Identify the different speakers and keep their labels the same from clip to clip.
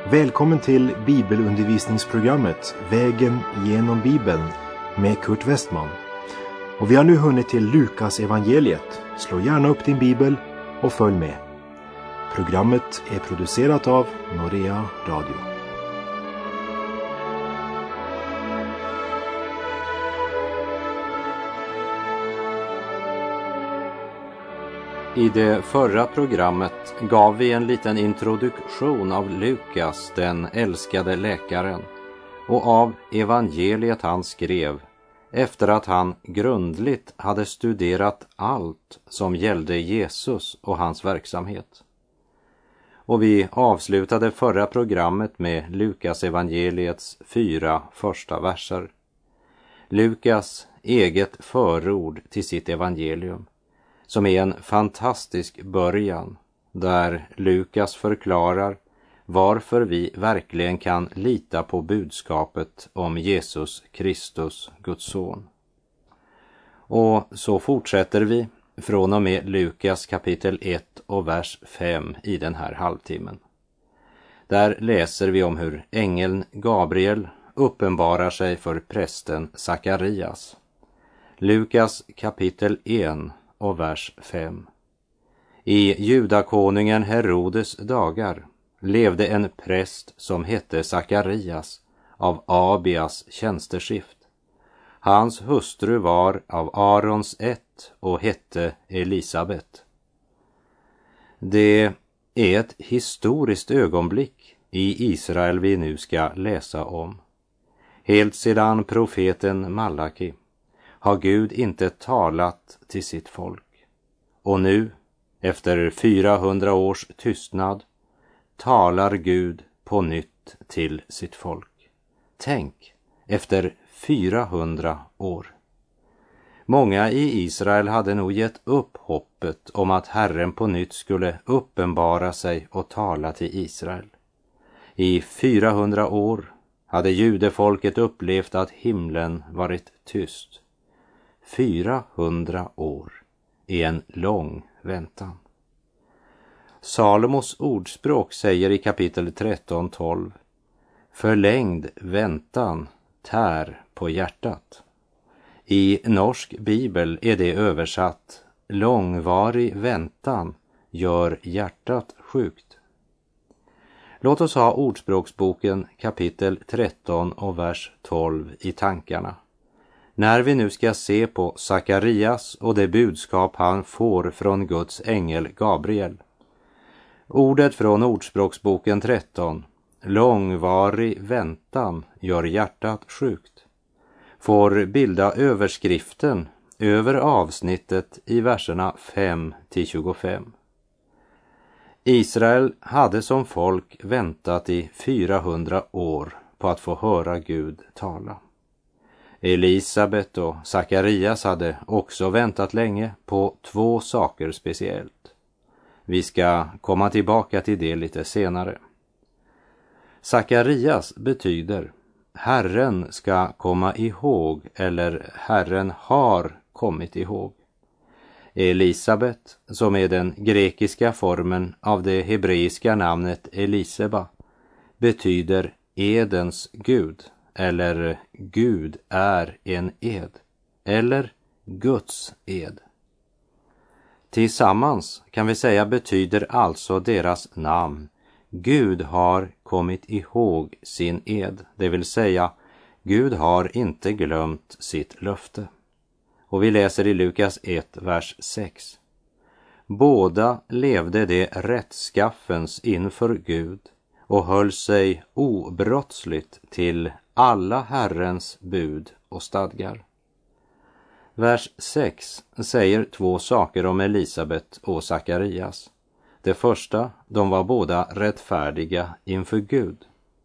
Speaker 1: Välkommen till bibelundervisningsprogrammet Vägen genom Bibeln med Kurt Westman. Och vi har nu hunnit till Lukas evangeliet. Slå gärna upp din bibel och följ med. Programmet är producerat av Norea Radio.
Speaker 2: I det förra programmet gav vi en liten introduktion av Lukas, den älskade läkaren, och av evangeliet han skrev efter att han grundligt hade studerat allt som gällde Jesus och hans verksamhet. Och vi avslutade förra programmet med Lukas evangeliets 4 första verser. Lukas eget förord till sitt evangelium, som är en fantastisk början där Lukas förklarar varför vi verkligen kan lita på budskapet om Jesus Kristus, Guds son. Och så fortsätter vi från och med Lukas kapitel 1 och vers 5 i den här halvtimmen. Där läser vi om hur ängeln Gabriel uppenbarar sig för prästen Sakarias. Lukas kapitel 1 och vers 5. I judakonungen Herodes dagar levde en präst som hette Sakarias av Abias tjänsteskift. Hans hustru var av Arons ett och hette Elisabet. Det är ett historiskt ögonblick i Israel vi nu ska läsa om. Helt sedan profeten Malaki har Gud inte talat till sitt folk. Och nu, efter 400 års tystnad, talar Gud på nytt till sitt folk. Tänk, efter 400 år. Många i Israel hade nog gett upp hoppet om att Herren på nytt skulle uppenbara sig och tala till Israel. I 400 år hade judefolket upplevt att himlen varit tyst. 400 år är en lång väntan. Salomos ordspråk säger i kapitel 13:12: förlängd väntan tär på hjärtat. I norsk bibel är det översatt: långvarig väntan gör hjärtat sjukt. Låt oss ha ordspråksboken kapitel 13 och vers 12 i tankarna när vi nu ska se på Sakarias och det budskap han får från Guds ängel Gabriel. Ordet från ordspråksboken 13, långvarig väntan gör hjärtat sjukt, får bilda överskriften över avsnittet i verserna 5-25. Israel hade som folk väntat i 400 år på att få höra Gud tala. Elisabet och Sakarias hade också väntat länge på 2 saker speciellt. Vi ska komma tillbaka till det lite senare. Sakarias betyder Herren ska komma ihåg eller Herren har kommit ihåg. Elisabet, som är den grekiska formen av det hebreiska namnet Eliseba, betyder Edens Gud eller Gud är en ed eller Guds ed. Tillsammans kan vi säga betyder alltså deras namn Gud har kommit ihåg sin ed, det vill säga Gud har inte glömt sitt löfte. Och vi läser i Lukas 1, vers 6. Båda levde det rättskaffens inför Gud och höll sig obrottsligt till alla Herrens bud och stadgar. Vers 6 säger 2 saker om Elisabet och Sakarias. Det första, de var båda rättfärdiga inför Gud.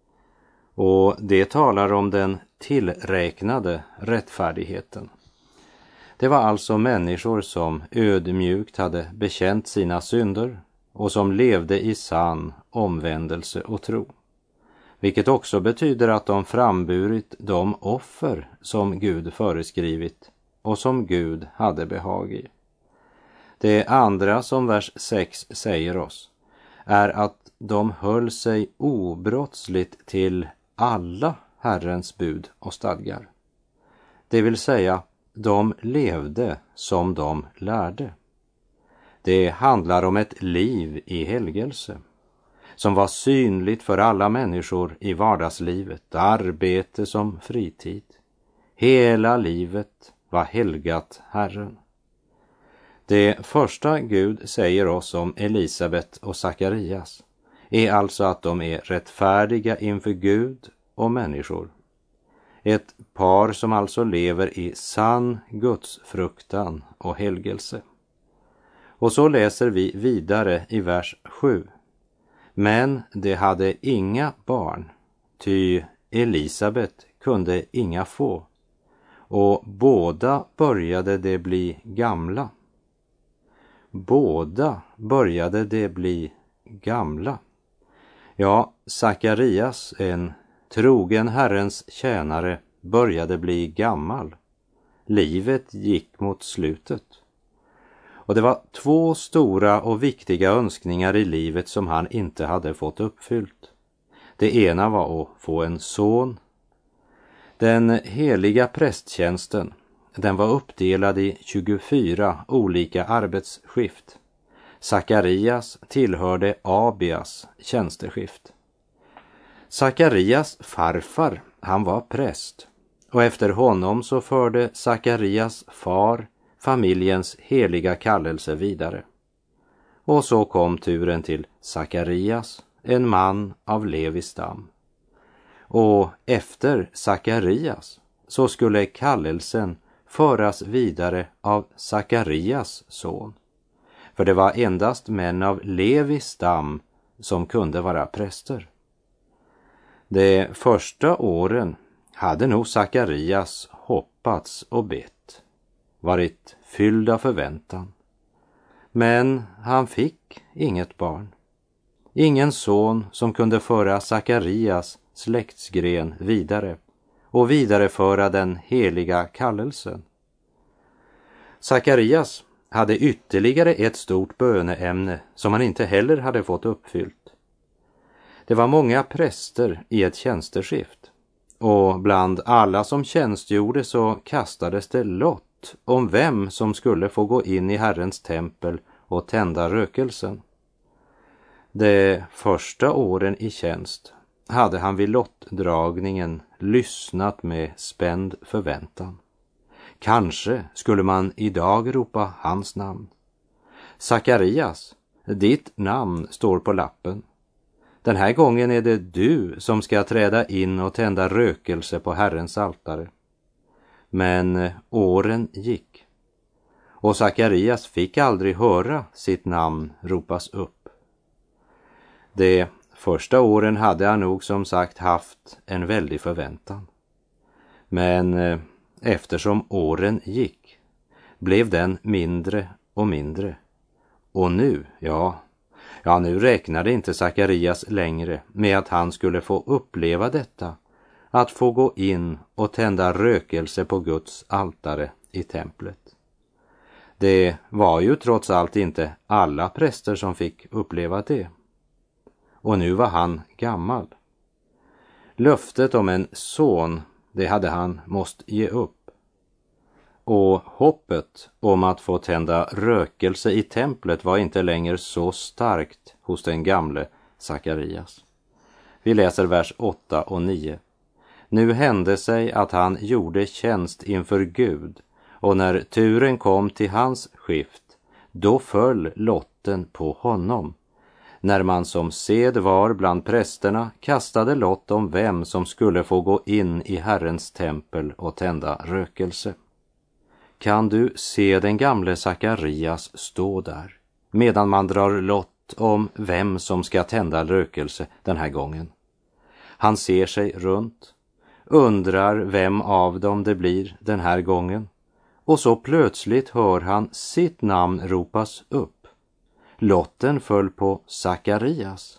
Speaker 2: Och det talar om den tillräknade rättfärdigheten. Det var alltså människor som ödmjukt hade bekänt sina synder och som levde i sann omvändelse och tro. Vilket också betyder att de framburit de offer som Gud föreskrivit och som Gud hade behag i. Det andra som vers 6 säger oss är att de höll sig obrottsligt till alla Herrens bud och stadgar. Det vill säga, de levde som de lärde. Det handlar om ett liv i helgelse som var synligt för alla människor i vardagslivet, arbete som fritid. Hela livet var helgat Herren. Det första Gud säger oss om Elisabet och Sakarias är alltså att de är rättfärdiga inför Gud och människor. Ett par som alltså lever i sann gudsfruktan och helgelse. Och så läser vi vidare i vers 7. Men de hade inga barn, ty Elisabet kunde inga få, och båda började de bli gamla. Båda började de bli gamla. Ja, Sakarias, en trogen Herrens tjänare, började bli gammal. Livet gick mot slutet. Och det var två stora och viktiga önskningar i livet som han inte hade fått uppfyllt. Det ena var att få en son. Den heliga prästtjänsten, den var uppdelad i 24 olika arbetsskift. Sakarias tillhörde Abias tjänsteskift. Sakarias farfar, han var präst, och efter honom så förde Sakarias far familjens heliga kallelse vidare. Och så kom turen till Sakarias, en man av Levis stam. Och efter Sakarias så skulle kallelsen föras vidare av Sakarias son. För det var endast män av Levis stam som kunde vara präster. De första åren hade nog Sakarias hoppats och bett, varit fylld av förväntan. Men han fick inget barn. Ingen son som kunde föra Sakarias släktsgren vidare och vidareföra den heliga kallelsen. Sakarias hade ytterligare ett stort böneämne som han inte heller hade fått uppfyllt. Det var många präster i ett tjänsteskift, och bland alla som tjänstgjorde så kastades det lott om vem som skulle få gå in i Herrens tempel och tända rökelsen. De första åren i tjänst hade han vid lottdragningen lyssnat med spänd förväntan. Kanske skulle man idag ropa hans namn. Sakarias, ditt namn står på lappen. Den här gången är det du som ska träda in och tända rökelse på Herrens altare. Men åren gick, och Sakarias fick aldrig höra sitt namn ropas upp. De första åren hade han nog som sagt haft en väldig förväntan. Men eftersom åren gick blev den mindre och mindre. Och nu, nu räknade inte Sakarias längre med att han skulle få uppleva detta, att få gå in och tända rökelse på Guds altare i templet. Det var ju trots allt inte alla präster som fick uppleva det. Och nu var han gammal. Löftet om en son, det hade han måst ge upp. Och hoppet om att få tända rökelse i templet var inte längre så starkt hos den gamle Sakarias. Vi läser vers 8 och 9. Nu hände sig att han gjorde tjänst inför Gud, och när turen kom till hans skift, då föll lotten på honom. När man som sed var bland prästerna kastade lott om vem som skulle få gå in i Herrens tempel och tända rökelse. Kan du se den gamle Sakarias stå där, medan man drar lott om vem som ska tända rökelse den här gången? Han ser sig runt, undrar vem av dem det blir den här gången, och så plötsligt hör han sitt namn ropas upp. Lotten föll på Sakarias.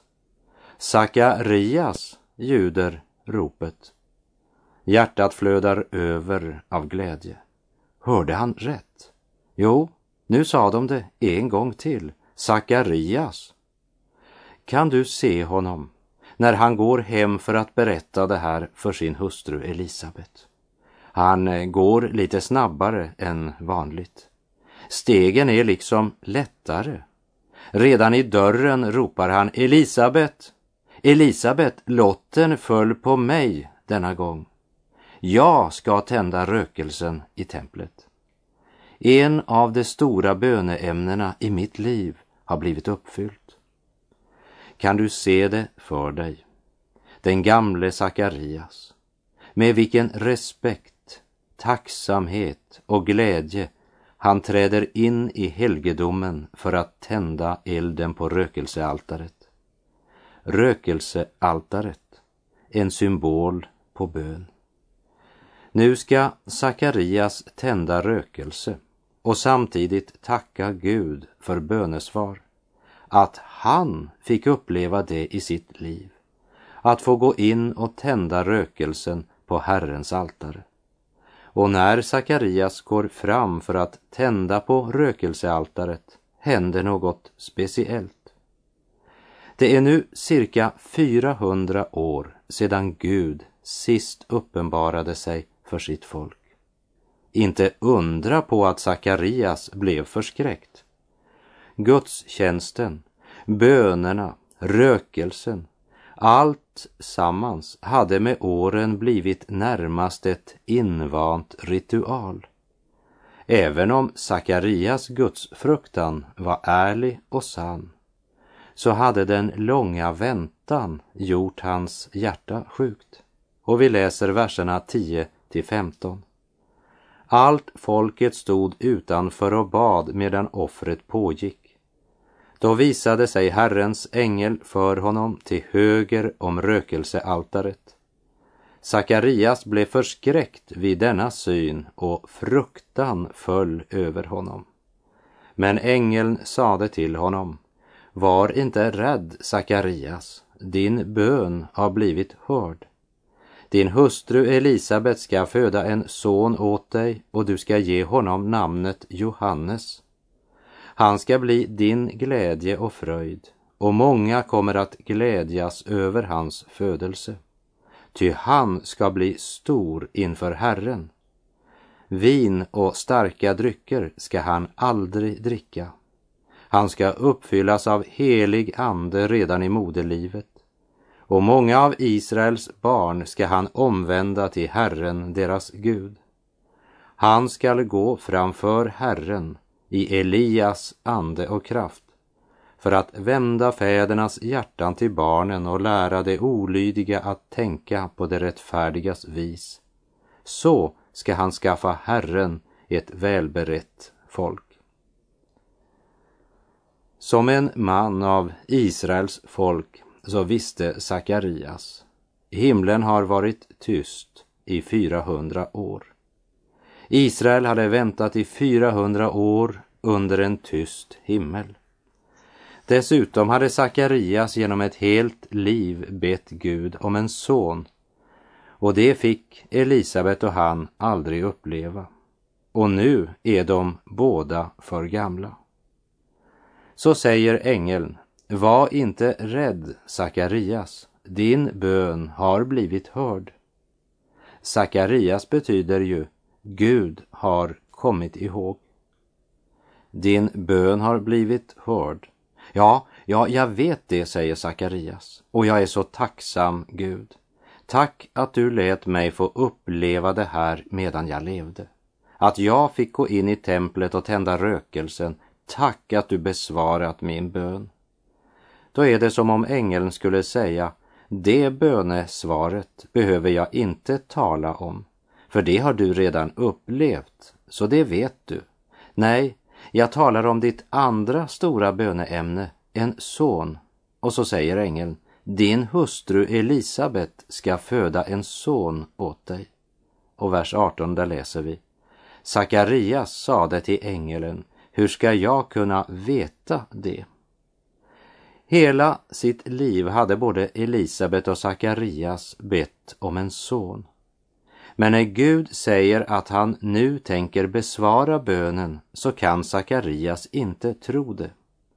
Speaker 2: Sakarias, ljuder ropet. Hjärtat flödar över av glädje. Hörde han rätt? Jo, nu sa de det en gång till. Sakarias. Kan du se honom när han går hem för att berätta det här för sin hustru Elisabet? Han går lite snabbare än vanligt. Stegen är liksom lättare. Redan i dörren ropar han: Elisabet, Elisabet, lotten föll på mig denna gång. Jag ska tända rökelsen i templet. En av de stora böneämnena i mitt liv har blivit uppfyllt. Kan du se det för dig? Den gamle Sakarias, med vilken respekt, tacksamhet och glädje han träder in i helgedomen för att tända elden på rökelsealtaret. Rökelsealtaret, en symbol på bön. Nu ska Sakarias tända rökelse och samtidigt tacka Gud för bönesvar. Att han fick uppleva det i sitt liv. Att få gå in och tända rökelsen på Herrens altare. Och när Sakarias går fram för att tända på rökelsealtaret händer något speciellt. Det är nu cirka 400 år sedan Gud sist uppenbarade sig för sitt folk. Inte undra på att Sakarias blev förskräckt. Gudstjänsten, bönerna, rökelsen, allt sammans hade med åren blivit närmast ett invant ritual. Även om Sakarias gudsfruktan var ärlig och sann, så hade den långa väntan gjort hans hjärta sjukt. Och vi läser verserna 10-15. Allt folket stod utanför och bad medan offret pågick. Då visade sig Herrens ängel för honom till höger om rökelsealtaret. Sakarias blev förskräckt vid denna syn och fruktan föll över honom. Men ängeln sade till honom: var inte rädd, Sakarias, din bön har blivit hörd. Din hustru Elisabet ska föda en son åt dig och du ska ge honom namnet Johannes. Han ska bli din glädje och fröjd, och många kommer att glädjas över hans födelse. Ty han ska bli stor inför Herren. Vin och starka drycker ska han aldrig dricka. Han ska uppfyllas av helig ande redan i moderlivet. Och många av Israels barn ska han omvända till Herren, deras Gud. Han skall gå framför Herren i Elias ande och kraft, för att vända fädernas hjärtan till barnen och lära de olydiga att tänka på det rättfärdigas vis. Så ska han skaffa Herren ett välberett folk. Som en man av Israels folk så visste Sakarias: himlen har varit tyst i 400 år. Israel hade väntat i 400 år under en tyst himmel. Dessutom hade Sakarias genom ett helt liv bett Gud om en son, och det fick Elisabet och han aldrig uppleva. Och nu är de båda för gamla. Så säger ängeln: var inte rädd, Sakarias, din bön har blivit hörd. Sakarias betyder ju Gud har kommit ihåg. Din bön har blivit hörd. Ja, jag vet det, säger Sakarias, och jag är så tacksam, Gud. Tack att du lät mig få uppleva det här medan jag levde. Att jag fick gå in i templet och tända rökelsen. Tack att du besvarat min bön. Då är det som om ängeln skulle säga: det bönesvaret behöver jag inte tala om, för det har du redan upplevt, så det vet du. Nej, jag talar om ditt andra stora böneämne, en son. Och så säger ängeln: din hustru Elisabet ska föda en son åt dig. Och vers 18 där läser vi: Sakarias sade till ängeln: hur ska jag kunna veta det? Hela sitt liv hade både Elisabet och Sakarias bett om en son. Men när Gud säger att han nu tänker besvara bönen så kan Sakarias inte tro det.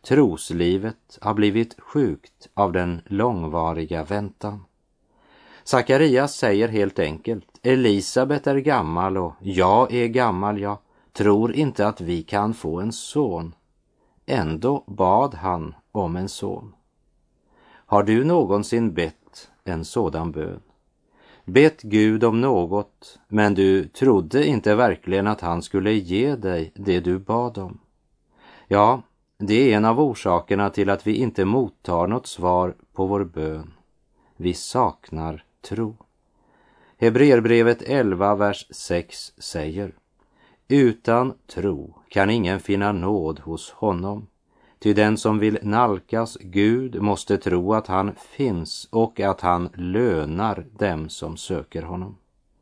Speaker 2: troslivet har blivit sjukt av den långvariga väntan. Sakarias säger helt enkelt: Elisabet är gammal och jag är gammal, jag tror inte att vi kan få en son. Ändå bad han om en son. Har du någonsin bett en sådan bön? Bett Gud om något, men du trodde inte verkligen att han skulle ge dig det du bad om? Ja, det är en av orsakerna till att vi inte mottar något svar på vår bön. Vi saknar tro. Hebreerbrevet 11, vers 6 säger: Utan tro kan ingen finna nåd hos honom. Ty den som vill nalkas Gud måste tro att han finns och att han lönar dem som söker honom.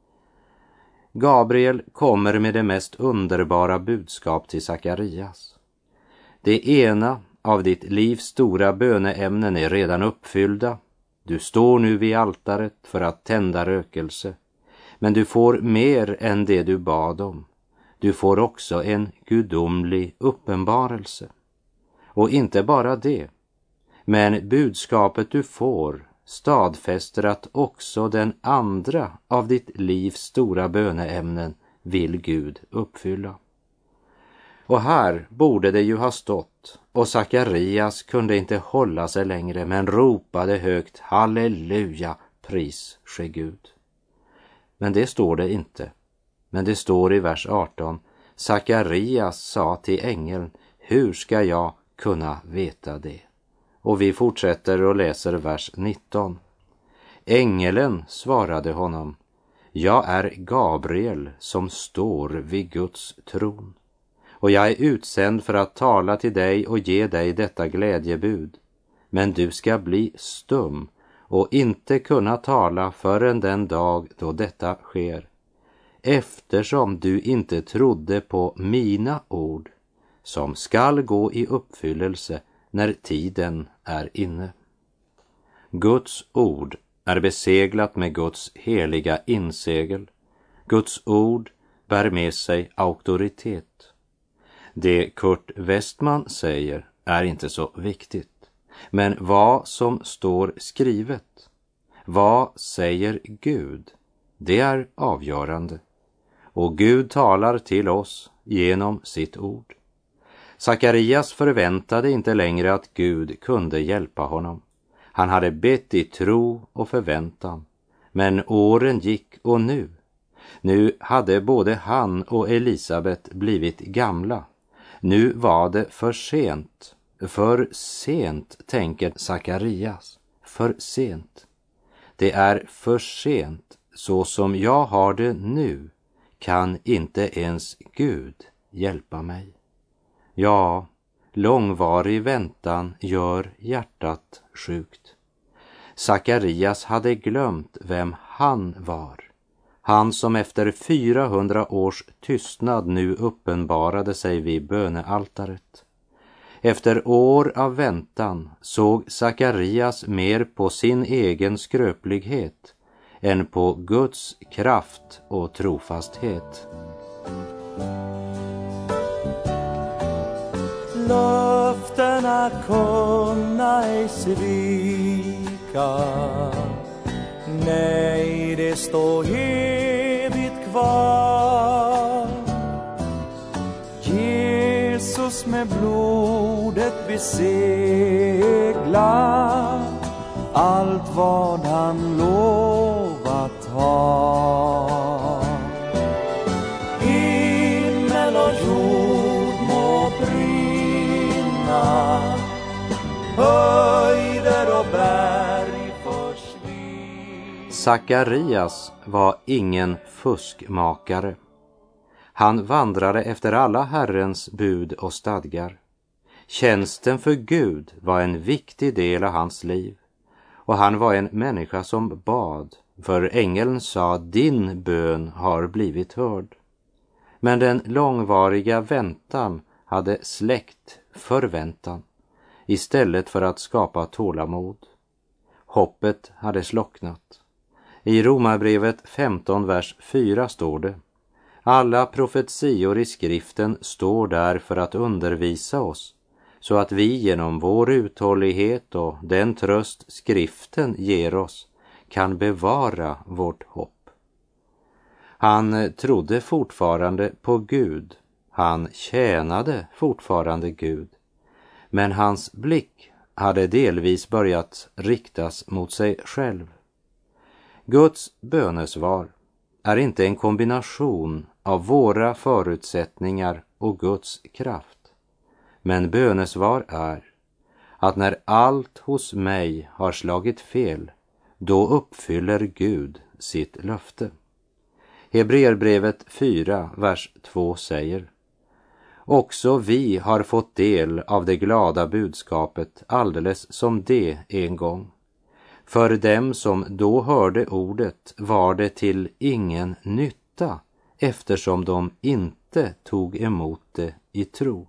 Speaker 2: Gabriel kommer med det mest underbara budskap till Sakarias. Det ena av ditt livs stora böneämnen är redan uppfyllda. Du står nu vid altaret för att tända rökelse. Men du får mer än det du bad om. Du får också en gudomlig uppenbarelse. Och inte bara det, men budskapet du får stadfäster att också den andra av ditt livs stora böneämnen vill Gud uppfylla. Och här borde det ju ha stått, och Sakarias kunde inte hålla sig längre men ropade högt: Halleluja, pris ske Gud. Men det står det inte. Men det står i vers 18: Sakarias sa till ängeln: Hur ska jag kunna veta det? Och vi fortsätter och läser vers 19. Ängeln svarade honom: Jag är Gabriel som står vid Guds tron. Och jag är utsänd för att tala till dig och ge dig detta glädjebud. Men du ska bli stum och inte kunna tala förrän den dag då detta sker, eftersom du inte trodde på mina ord, som skall gå i uppfyllelse när tiden är inne. Guds ord är beseglat med Guds heliga insegel. Guds ord bär med sig auktoritet. Det Kurt Westman säger är inte så viktigt. Men vad som står skrivet, vad säger Gud, det är avgörande. Och Gud talar till oss genom sitt ord. Sakarias förväntade inte längre att Gud kunde hjälpa honom. Han hade bett i tro och förväntan. Men åren gick och nu hade både han och Elisabet blivit gamla. Nu var det för sent. För sent, tänker Sakarias. För sent. Det är för sent. Så som jag har det nu kan inte ens Gud hjälpa mig. Ja, långvarig väntan gör hjärtat sjukt. Sakarias hade glömt vem han var. Han som efter 400 års tystnad nu uppenbarade sig vid bönealtaret. Efter år av väntan såg Sakarias mer på sin egen skröplighet än på Guds kraft och trofasthet.
Speaker 3: Löftena kunna ej svika, nej, det står evigt kvar. Jesus med blodet besegla allt vad han lovat ha. Himmel och jord må brinna, höjder och berg försvinna.
Speaker 2: Sakarias var ingen fuskmakare. Han vandrade efter alla Herrens bud och stadgar. Tjänsten för Gud var en viktig del av hans liv. Och han var en människa som bad, för ängeln sa: din bön har blivit hörd. Men den långvariga väntan hade släckt förväntan istället för att skapa tålamod. Hoppet hade slocknat. I Romarbrevet 15, vers 4 står det: alla profetior i skriften står där för att undervisa oss, så att vi genom vår uthållighet och den tröst skriften ger oss kan bevara vårt hopp. Han trodde fortfarande på Gud, han tjänade fortfarande Gud, men hans blick hade delvis börjat riktas mot sig själv. Guds bönesvar är inte en kombination av våra förutsättningar och Guds kraft. Men bönesvar är att när allt hos mig har slagit fel, då uppfyller Gud sitt löfte. Hebreerbrevet 4, vers 2 säger: också vi har fått del av det glada budskapet alldeles som det en gång. För dem som då hörde ordet var det till ingen nytta, eftersom de inte tog emot det i tro.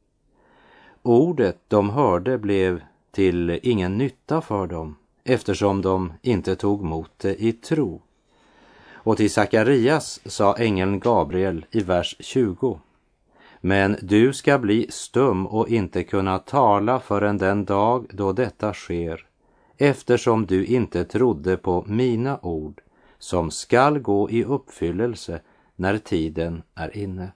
Speaker 2: Ordet de hörde blev till ingen nytta för dem, eftersom de inte tog emot det i tro. Och till Sakarias sa ängeln Gabriel i vers 20: men du ska bli stum och inte kunna tala förrän den dag då detta sker, eftersom du inte trodde på mina ord, som skall gå i uppfyllelse när tiden är inne.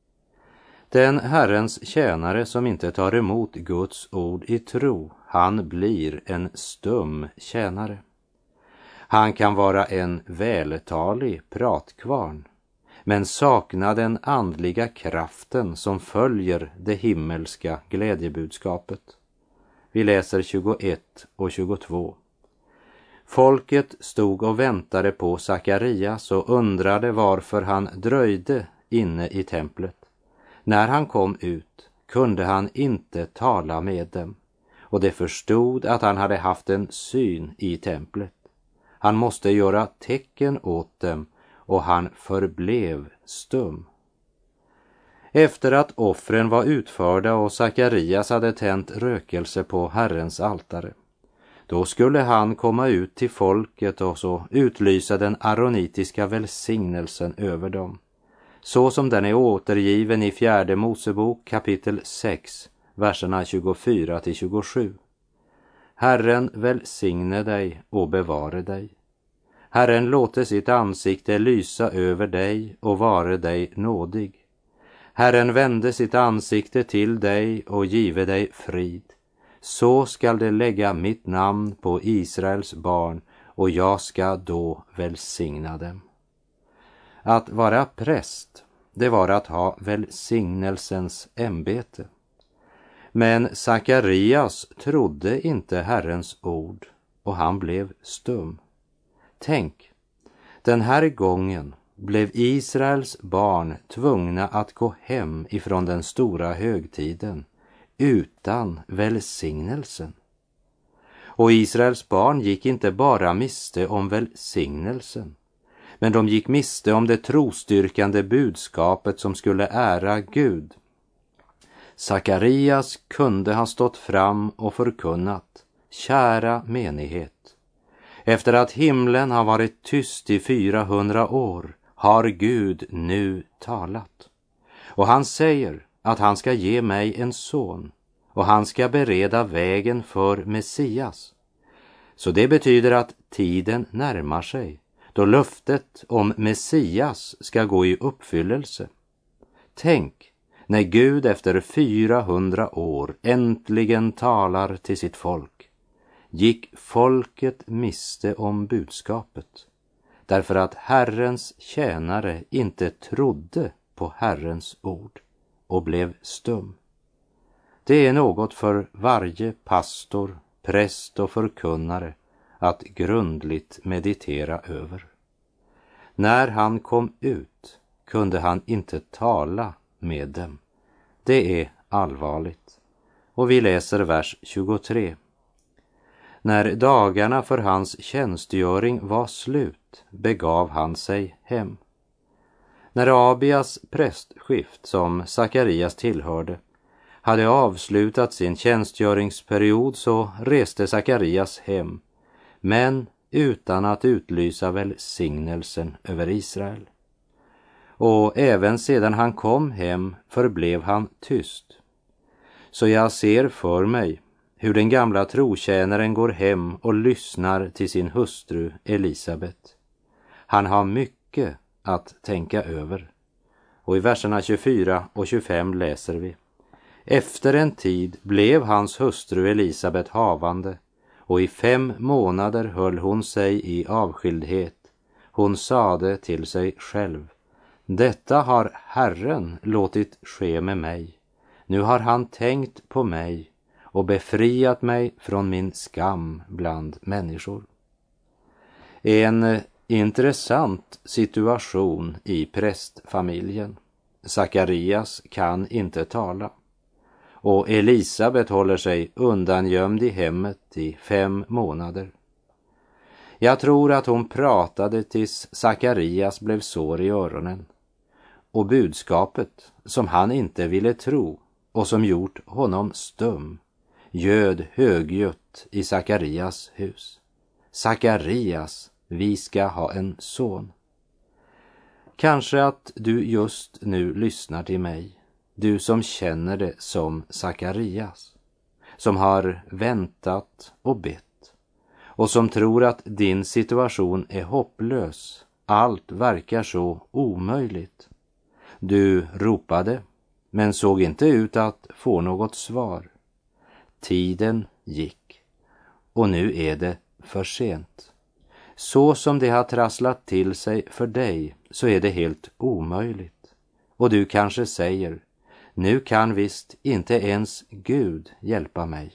Speaker 2: Den Herrens tjänare som inte tar emot Guds ord i tro, han blir en stum tjänare. Han kan vara en vältalig pratkvarn, men sakna den andliga kraften som följer det himmelska glädjebudskapet. Vi läser 21 och 22. Folket stod och väntade på Sakarias och undrade varför han dröjde inne i templet. När han kom ut kunde han inte tala med dem, och de förstod att han hade haft en syn i templet. Han måste göra tecken åt dem, och han förblev stum. Efter att offren var utförda och Sakarias hade tänt rökelse på Herrens altare, då skulle han komma ut till folket och så utlysa den aronitiska välsignelsen över dem, så som den är återgiven i 4 Mosebok kapitel 6, verserna 24 till 27. Herren välsigne dig och bevare dig. Herren låter sitt ansikte lysa över dig och vare dig nådig. Herren vände sitt ansikte till dig och give dig frid. Så skall det lägga mitt namn på Israels barn, och jag ska då välsigna dem. Att vara präst, det var att ha välsignelsens ämbete. Men Sakarias trodde inte Herrens ord, och han blev stum. Tänk, den här gången blev Israels barn tvungna att gå hem ifrån den stora högtiden utan välsignelsen. Och Israels barn gick inte bara miste om välsignelsen, men de gick miste om det trostyrkande budskapet som skulle ära Gud. Sakarias kunde ha stått fram och förkunnat: kära menighet, efter att himlen har varit tyst i 400 år har Gud nu talat. Och han säger att han ska ge mig en son, och han ska bereda vägen för Messias. Så det betyder att tiden närmar sig, då löftet om Messias ska gå i uppfyllelse. Tänk, när Gud efter 400 år äntligen talar till sitt folk, gick folket miste om budskapet, därför att Herrens tjänare inte trodde på Herrens ord och blev stum. Det är något för varje pastor, präst och förkunnare att grundligt meditera över. När han kom ut kunde han inte tala med dem. Det är allvarligt. Och vi läser vers 23. När dagarna för hans tjänstgöring var slut begav han sig hem. När Abias prästskift, som Sakarias tillhörde, hade avslutat sin tjänstgöringsperiod, så reste Sakarias hem, men utan att utlysa välsignelsen över Israel. Och även sedan han kom hem förblev han tyst. Så jag ser för mig hur den gamla trotjänaren går hem och lyssnar till sin hustru Elisabet. Han har mycket att tänka över. Och i verserna 24 och 25 läser vi: Efter en tid blev hans hustru Elisabet havande, och i 5 månader höll hon sig i avskildhet. Hon sade till sig själv: Detta har Herren låtit ske med mig. Nu har han tänkt på mig och befriat mig från min skam bland människor. En intressant situation i prästfamiljen. Sakarias kan inte tala, och Elisabet håller sig undangömd i hemmet i 5 månader. Jag tror att hon pratade tills Sakarias blev sår i öronen, och budskapet som han inte ville tro och som gjort honom stum göd högljutt i Sakarias hus: Sakarias, vi ska ha en son. Kanske att du just nu lyssnar till mig, du som känner det som Sakarias, som har väntat och bett och som tror att din situation är hopplös, allt verkar så omöjligt. Du ropade men såg inte ut att få något svar. Tiden gick och nu är det för sent. Så som det har trasslat till sig för dig så är det helt omöjligt. Och du kanske säger: nu kan visst inte ens Gud hjälpa mig.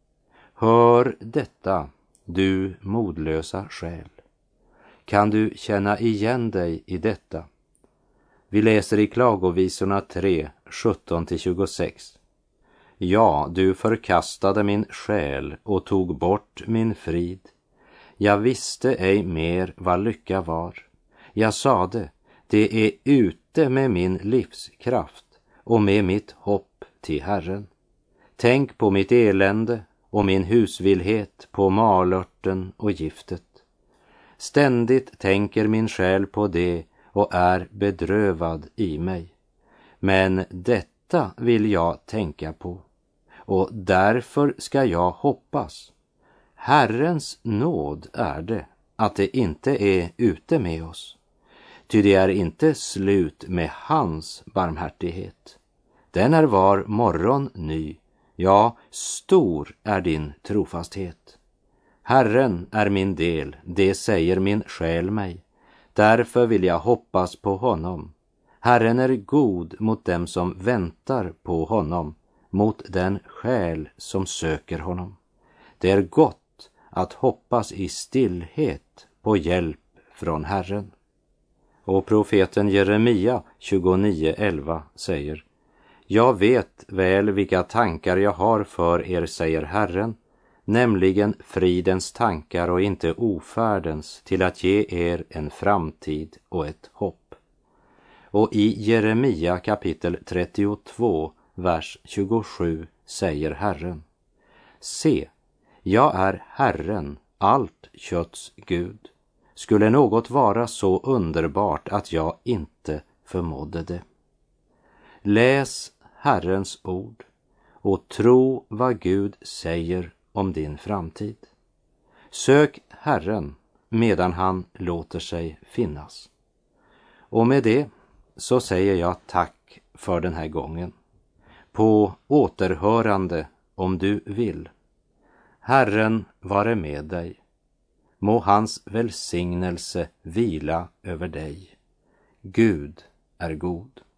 Speaker 2: Hör detta, du modlösa själ. Kan du känna igen dig i detta? Vi läser i Klagovisorna 3, 17-26. Ja, du förkastade min själ och tog bort min frid. Jag visste ej mer vad lycka var. Jag sade: det är ute med min livskraft och med mitt hopp till Herren. Tänk på mitt elände och min husvillhet, på malörten och giftet. Ständigt tänker min själ på det och är bedrövad i mig. Men detta vill jag tänka på, och därför ska jag hoppas. Herrens nåd är det att det inte är ute med oss. Ty det är inte slut med hans barmhärtighet. Den är var morgon ny, ja, stor är din trofasthet. Herren är min del, det säger min själ mig. Därför vill jag hoppas på honom. Herren är god mot dem som väntar på honom, mot den själ som söker honom. Det är gott att hoppas i stillhet på hjälp från Herren. Och profeten Jeremia 29:11 säger: jag vet väl vilka tankar jag har för er, säger Herren, nämligen fridens tankar och inte ofärdens, till att ge er en framtid och ett hopp. Och i Jeremia kapitel 32, vers 27 säger Herren: se, jag är Herren, allt kötts Gud. Skulle något vara så underbart att jag inte förmådde det? Läs Herrens ord och tro vad Gud säger om din framtid. Sök Herren medan han låter sig finnas. Och med det så säger jag tack för den här gången. På återhörande om du vill. Herren vare med dig. Må hans välsignelse vila över dig. Gud är god.